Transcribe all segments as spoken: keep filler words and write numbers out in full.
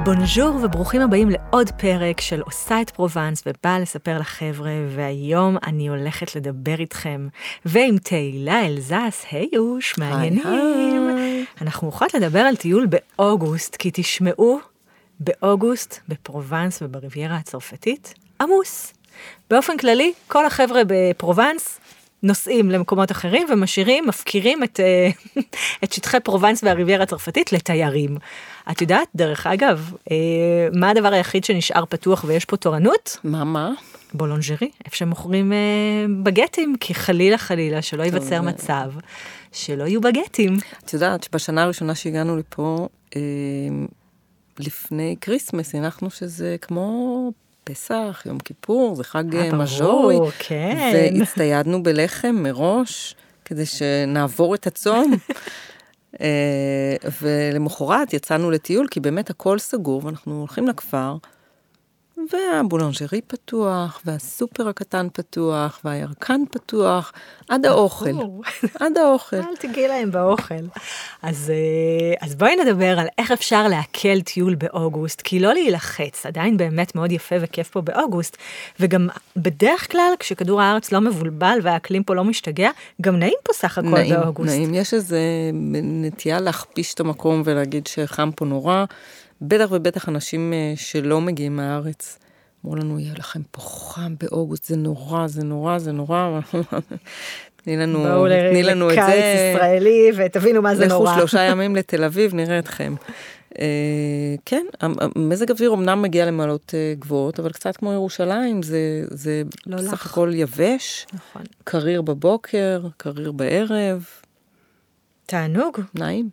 בונז'ור וברוכים הבאים לעוד פרק של עושה את פרובנס ובאה לספר לחבר'ה, והיום אני הולכת לדבר איתכם ועם תהילה אלזס. היי יוש, מעניינים. היי. אנחנו הולכות לדבר על טיול באוגוסט, כי תשמעו, באוגוסט בפרובנס ובריביירה הצרפתית עמוס. באופן כללי, כל החבר'ה בפרובנס נוסעים למקומות אחרים ומשאירים, מפקירים את, את שטחי פרובנס והריביירה הצרפתית לתיירים. את יודעת, דרך אגב, מה הדבר היחיד שנשאר פתוח ויש פה תורנות? מה, מה? בולונג'רי, איפה שמוכרים בגטים, כי חלילה חלילה שלא ייווצר מצב שלא יהיו בגטים. את יודעת שבשנה הראשונה שהגענו לפה, לפני קריסמס, הנחנו שזה כמו פסח, יום כיפור, זה חג מז'ורי, כן. והצטיידנו בלחם מראש, כדי שנעבור את הצום. ולמחרת יצאנו לטיול, כי באמת הכל סגור, ואנחנו הולכים לכפר, והבולנג'רי פתוח, והסופר הקטן פתוח, והירקן פתוח, עד האוכל. עד האוכל. אל תגיעי להם באוכל. אז, אז בואי נדבר על איך אפשר להקל טיול באוגוסט, כי לא להילחץ, עדיין באמת מאוד יפה וכיף פה באוגוסט, וגם בדרך כלל, כשכדור הארץ לא מבולבל והאקלים פה לא משתגע, גם נעים פה סך הכל נעים, באוגוסט. נעים, יש איזה נטייה להכפיש את המקום ולהגיד שחם פה נורא, בטח ובטח אנשים שלא מגיעים מהארץ, אמרו לנו, יהיה לכם פה חם באוגוסט, זה נורא, זה נורא, זה נורא. תני לנו, תני לנו את זה. בואו לקיץ ישראלי, ותבינו מה זה נורא. לכו שלושה ימים לתל אביב, נראה אתכם. כן, מזג אוויר אמנם מגיע למעלות גבוהות, אבל קצת כמו ירושלים, זה בסך הכל יבש, קריר בבוקר, קריר בערב. תענוג. נעים.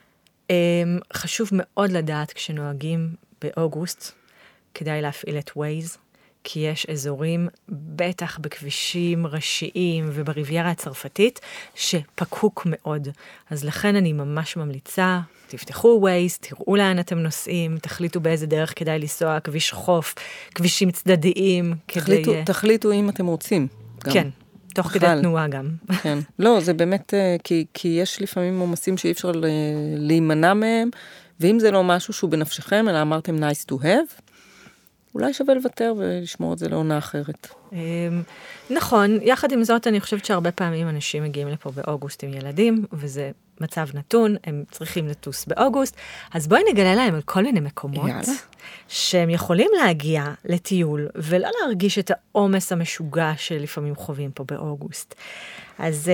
חשוב מאוד לדעת כשנוהגים באוגוסט, כדאי להפעיל את ווייז, כי יש אזורים, בטח בכבישים ראשיים ובריביירה הצרפתית, שפקוק מאוד. אז לכן אני ממש ממליצה, תפתחו ווייז, תראו לאן אתם נוסעים, תחליטו באיזה דרך כדאי לנסוע, כביש חוף, כבישים צדדיים. תחליטו, כדי... תחליטו אם אתם רוצים. גם. כן. תוך כדי תנועה גם. כן. לא, זה באמת, כי, כי יש לפעמים עומסים שאי אפשר להימנע מהם, ואם זה לא משהו שהוא בנפשכם, אלא אמרתם nice to have, אולי שווה לוותר ולשמור את זה לעונה אחרת. נכון, יחד עם זאת אני חושבת שהרבה פעמים אנשים מגיעים לפה באוגוסט עם ילדים, וזה מצב נתון, הם צריכים לטוס באוגוסט, אז בואי נגלה להם על כל מיני מקומות, יאללה. שהם יכולים להגיע לטיול, ולא להרגיש את העומס המשוגע שלפעמים חווים פה באוגוסט. אז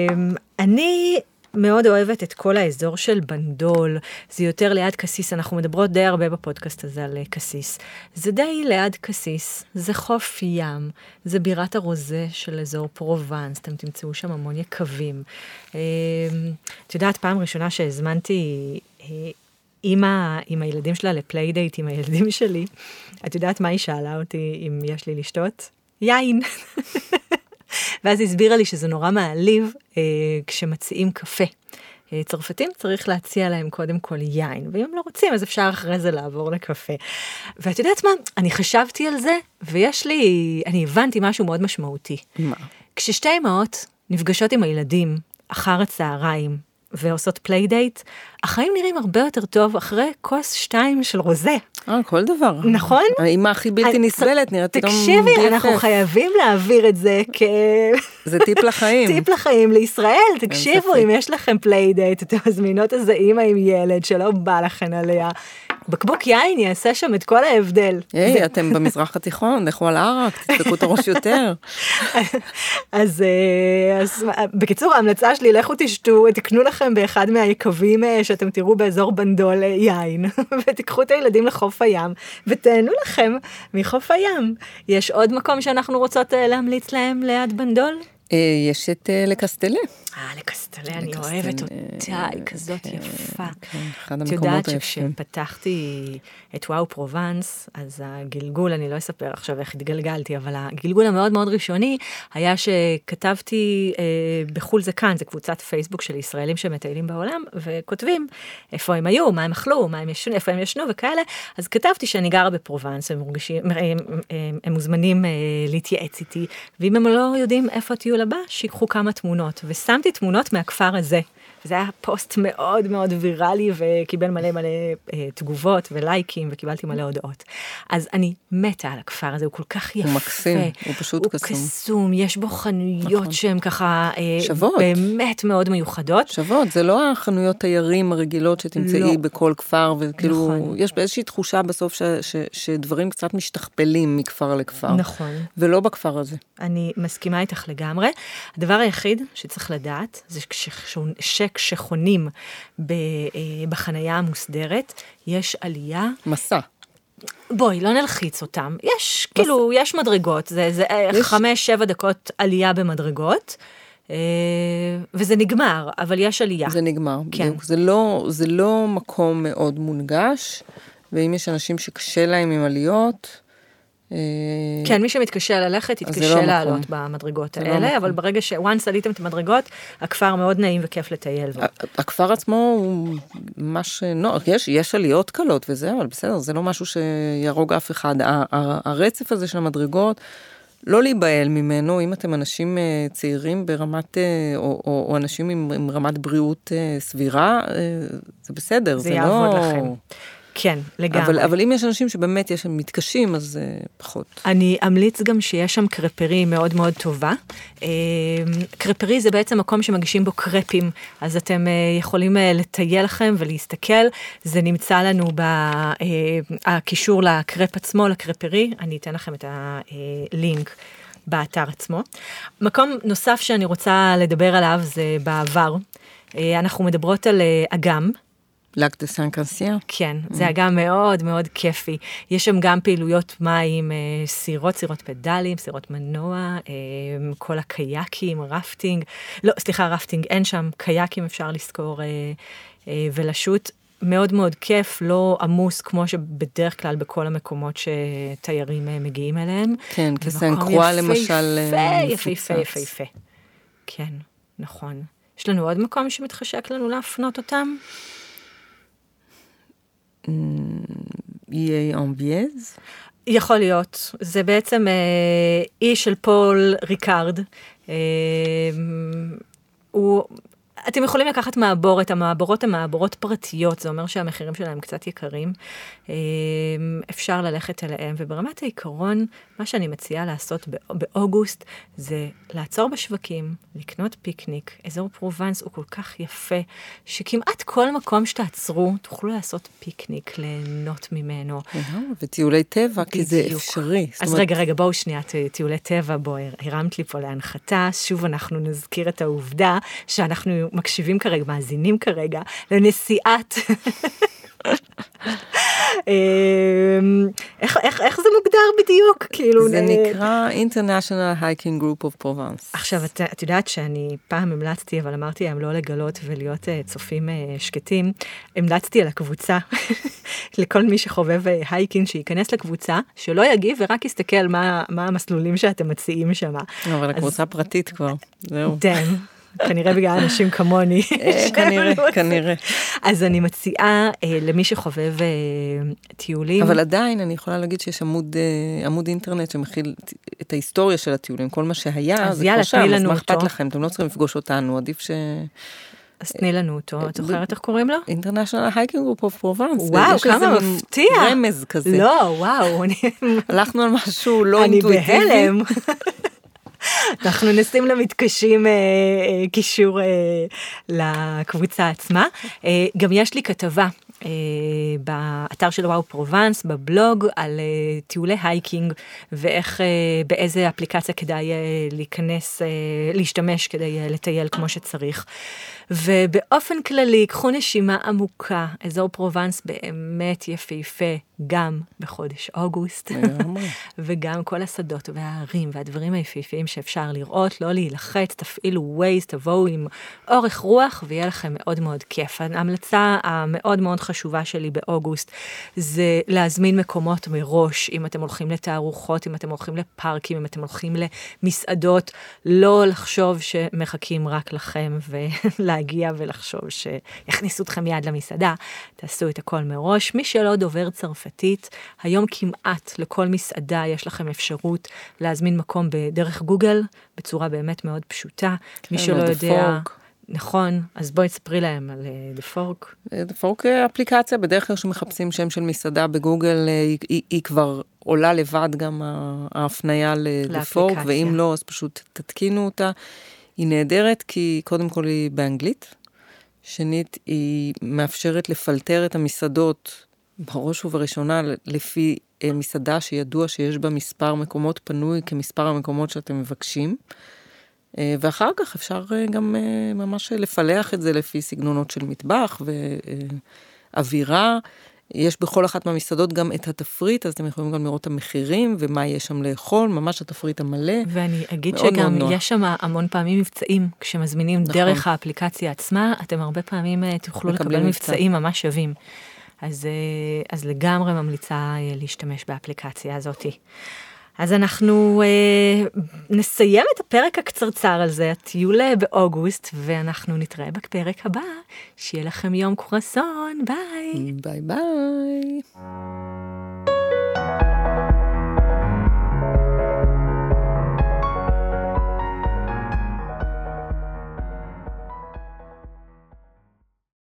אני מאוד אוהבת את כל האזור של בנדול, זה יותר ליד קסיס, אנחנו מדברות די הרבה בפודקאסט הזה על קסיס. זה די ליד קסיס, זה חוף ים, זה בירת הרוזה של אזור פרובנס, אתם תמצאו שם המון יקבים. את יודעת, פעם ראשונה שהזמנתי אמא עם הילדים שלה לפליידייט עם הילדים שלי, את יודעת מה היא שאלה אותי אם יש לי לשתות? יין. ואז היא הסבירה לי שזה נורא מעליב אה, כשמציעים קפה. אה, צרפתים צריך להציע להם קודם כל יין, ואם הם לא רוצים אז אפשר אחרי זה לעבור לקפה. ואת יודעת מה? אני חשבתי על זה, ויש לי, אני הבנתי משהו מאוד משמעותי. מה? כששתי אמהות נפגשות עם הילדים אחר הצהריים, ועושות פליידייט, החיים נראים הרבה יותר טוב אחרי כוס שתיים של רוזה. אה, כל דבר. נכון? האמא הכי בלתי נסבלת, נראית גם בי אף אף. תקשיבי, אנחנו חייבים להעביר את זה כ... זה טיפ לחיים. טיפ לחיים לישראל. תקשיבו, אם יש לכם פליידייט, אתם מזמינות איזה אמא עם ילד שלא בא לכן עליה. בקבוק יין יעשה שם את כל ההבדל. היי, אתם במזרח התיכון, לכו על ערק, תדפקו את הראש יותר. אז בקיצור, ההמלצה שלי, לכו תשתו, תקנו לכם באחד מהיקבים שאתם תראו באזור בנדול יין, ותיקחו את הילדים לחוף הים, ותהנו לכם מחוף הים. יש עוד מקום שאנחנו רוצות להמליץ להם ליד בנדול? יש את לקסטלה. אה, לקסטלה, אני אוהבת אותה, היא כזאת יפה. אחד את יודעת שכשפתחתי את וואו פרובנס, אז הגלגול, אני לא אספר עכשיו איך התגלגלתי, אבל הגלגול המאוד מאוד ראשוני, היה שכתבתי בחול זה כאן, זה קבוצת פייסבוק של ישראלים שמטיילים בעולם, וכותבים איפה הם היו, מה הם אכלו, מה הם ישנו, איפה הם ישנו וכאלה, אז כתבתי שאני גרה בפרובנס, הם מרגישים, הם מוזמנים להתייעץ איתי, ואם הם לא יודעים איפה הטיול הבא, שיקחו כמה תמונות, ושמתי העליתי תמונות מהכפר הזה. זה היה פוסט מאוד מאוד ויראלי, וקיבל מלא מלא אה, תגובות ולייקים, וקיבלתי מלא הודעות. אז אני מתה על הכפר הזה, הוא כל כך יפה. הוא מקסים, הוא פשוט הוא קסום. הוא קסום, יש בו חנויות נכון. שהן ככה, אה, שוות. באמת מאוד מיוחדות. שוות, זה לא החנויות תיירים הרגילות שתמצאי לא. בכל כפר, וכאילו, נכון. יש באיזושהי תחושה בסוף ש, ש, שדברים קצת משתכפלים מכפר לכפר. נכון. ולא בכפר הזה. אני מסכימה איתך לגמרי. הדבר היחיד שצריך לדעת, זה שכשחונים בחנייה המוסדרת, יש עלייה. מסע. בואי, לא נלחיץ אותם. יש, מסע. כאילו, יש מדרגות. זה, זה יש... חמש, שבע דקות עלייה במדרגות, וזה נגמר, אבל יש עלייה. זה נגמר. כן. זה לא, זה לא מקום מאוד מונגש, ואם יש אנשים שקשה להם עם עליות, כן, מי שמתקשה ללכת, יתקשה לעלות במדרגות האלה, אבל ברגע שוואנס עליתם את המדרגות, הכפר מאוד נעים וכיף לטייל. הכפר עצמו הוא ממש, יש עליות קלות וזה, אבל בסדר, זה לא משהו שירוג אף אחד. הרצף הזה של המדרגות, לא להיבהל ממנו, אם אתם אנשים צעירים ברמת, או אנשים עם רמת בריאות סבירה, זה בסדר, זה לא... זה יעבוד לכם. כן, לגמרי. אבל, אבל אם יש אנשים שבאמת יש, מתקשים, אז uh, פחות. אני אמליץ גם שיש שם קרפרי מאוד מאוד טובה. Uh, קרפרי זה בעצם מקום שמגישים בו קרפים, אז אתם uh, יכולים uh, לטייל לכם ולהסתכל. זה נמצא לנו בקישור uh, לקרפ עצמו, לקרפרי. אני אתן לכם את הלינק באתר עצמו. מקום נוסף שאני רוצה לדבר עליו זה בעבר. Uh, אנחנו מדברות על uh, אגם. לק דה סן-קרסייר? כן, זה אגם מאוד מאוד כיפי. יש שם גם פעילויות מים, סירות, סירות פדלים, סירות מנוע, כל הקייקים, רפטינג. לא, סליחה, רפטינג אין שם, קייקים אפשר לזכור ולשוט. מאוד מאוד כיף, לא עמוס כמו שבדרך כלל בכל המקומות שתיירים מגיעים אליהם. כן, כסן-קרואה למשל. יפה, יפה, יפה, יפה. כן, נכון. יש לנו עוד מקום שמתחשק לנו להפנות אותם? איי אמביאז? יכול להיות. זה בעצם אי של פול ריקארד. הוא... אתם יכולים לקחת מעבורת, המעבורות הן מעבורות פרטיות, זה אומר שהמחירים שלהם קצת יקרים. אפשר ללכת אליהם, וברמת העיקרון, מה שאני מציעה לעשות באוגוסט, זה לעצור בשווקים, לקנות פיקניק. אזור פרובנס הוא כל כך יפה, שכמעט כל מקום שתעצרו, תוכלו לעשות פיקניק, ליהנות ממנו. וטיולי טבע, כי זה אפשרי. אז רגע, רגע, בואו שנייה, טיולי טבע, בואו, הרמת לי פה להנחתה, שוב אנחנו נזכיר את העובדה, שאנחנו מקשיבים כרגע, מאזינים כרגע, לנסיעת... איך, איך, איך זה מוגדר בדיוק? כאילו, זה נקרא International Hiking Group of Provence. עכשיו, את, את יודעת שאני פעם המלצתי, אבל אמרתי להם לא לגלות ולהיות uh, צופים uh, שקטים, המלצתי על הקבוצה, לכל מי שחובב הייקינג, שייכנס לקבוצה, שלא יגיב ורק יסתכל מה, מה המסלולים שאתם מציעים שם. אבל הקבוצה פרטית כבר, זהו. דם. כנראה בגלל אנשים כמוני. כנראה, כנראה. אז אני מציעה למי שחובב טיולים. אבל עדיין אני יכולה להגיד שיש עמוד, עמוד אינטרנט שמכיל את ההיסטוריה של הטיולים. כל מה שהיה, זה כבר שם, אז מה אכפת לכם? אתם לא צריכים לפגוש אותנו, עדיף ש... אז תני לנו אותו. את זוכרת איך קוראים לו? International Hiking Group of Provence. וואו, כמה מפתיע. רמז כזה. לא, וואו. הלכנו על משהו לא אינטואיטיבי. אני בהלם. אנחנו נשים למתקשים אה, אה, קישור אה, לקבוצה עצמה. אה, גם יש לי כתבה אה, באתר של וואו פרובנס, בבלוג, על אה, טיולי הייקינג, ואיך, אה, באיזה אפליקציה כדאי אה, להיכנס, אה, להשתמש כדי אה, לטייל כמו שצריך. ובאופן כללי, קחו נשימה עמוקה, אזור פרובנס באמת יפהפה, גם בחודש אוגוסט, וגם כל השדות והערים והדברים היפהפיים שאפשר לראות, לא להילחץ, תפעילו ווייז, תבואו עם אורך רוח, ויהיה לכם מאוד מאוד כיף. ההמלצה המאוד מאוד חשובה שלי באוגוסט, זה להזמין מקומות מראש, אם אתם הולכים לתערוכות, אם אתם הולכים לפארקים, אם אתם הולכים למסעדות, לא לחשוב שמחכים רק לכם, ולהגיע ולחשוב שיכניסו אתכם יד למסעדה, תעשו את הכל מראש. מי שלא דובר צרפתית, היום כמעט לכל מסעדה יש לכם אפשרות להזמין מקום בדרך גוגל, בצורה באמת מאוד פשוטה. מי שלא יודע... נכון, אז בואי תספרי להם על The Fork. The Fork אפליקציה, בדרך כלל שמחפשים שם של מסעדה בגוגל, היא, היא, היא כבר עולה לבד גם ההפניה ל-The Fork, ואם לא, אז פשוט תתקינו אותה. היא נהדרת כי קודם כל היא באנגלית, שנית, היא מאפשרת לפלטר את המסעדות, בראש ובראשונה, לפי מסעדה שידוע שיש בה מספר מקומות פנוי, כמספר המקומות שאתם מבקשים, ואחר כך אפשר גם ממש לפלח את זה לפי סגנונות של מטבח ואווירה. יש בכל אחת מהמסעדות גם את התפריט, אז אתם יכולים גם לראות את המחירים ומה יש שם לאכול, ממש התפריט המלא. ואני אגיד שגם יש שם המון פעמים מבצעים, כשמזמינים נכון. דרך האפליקציה עצמה, אתם הרבה פעמים תוכלו לקבל מבצעים ממש שווים. אז, אז לגמרי ממליצה להשתמש באפליקציה הזאת. אז אנחנו אה, נסיים את הפרק הקצרצר על זה, הטיול באוגוסט, ואנחנו נתראה בפרק הבא. שיהיה לכם יום קרואסון, ביי. ביי ביי.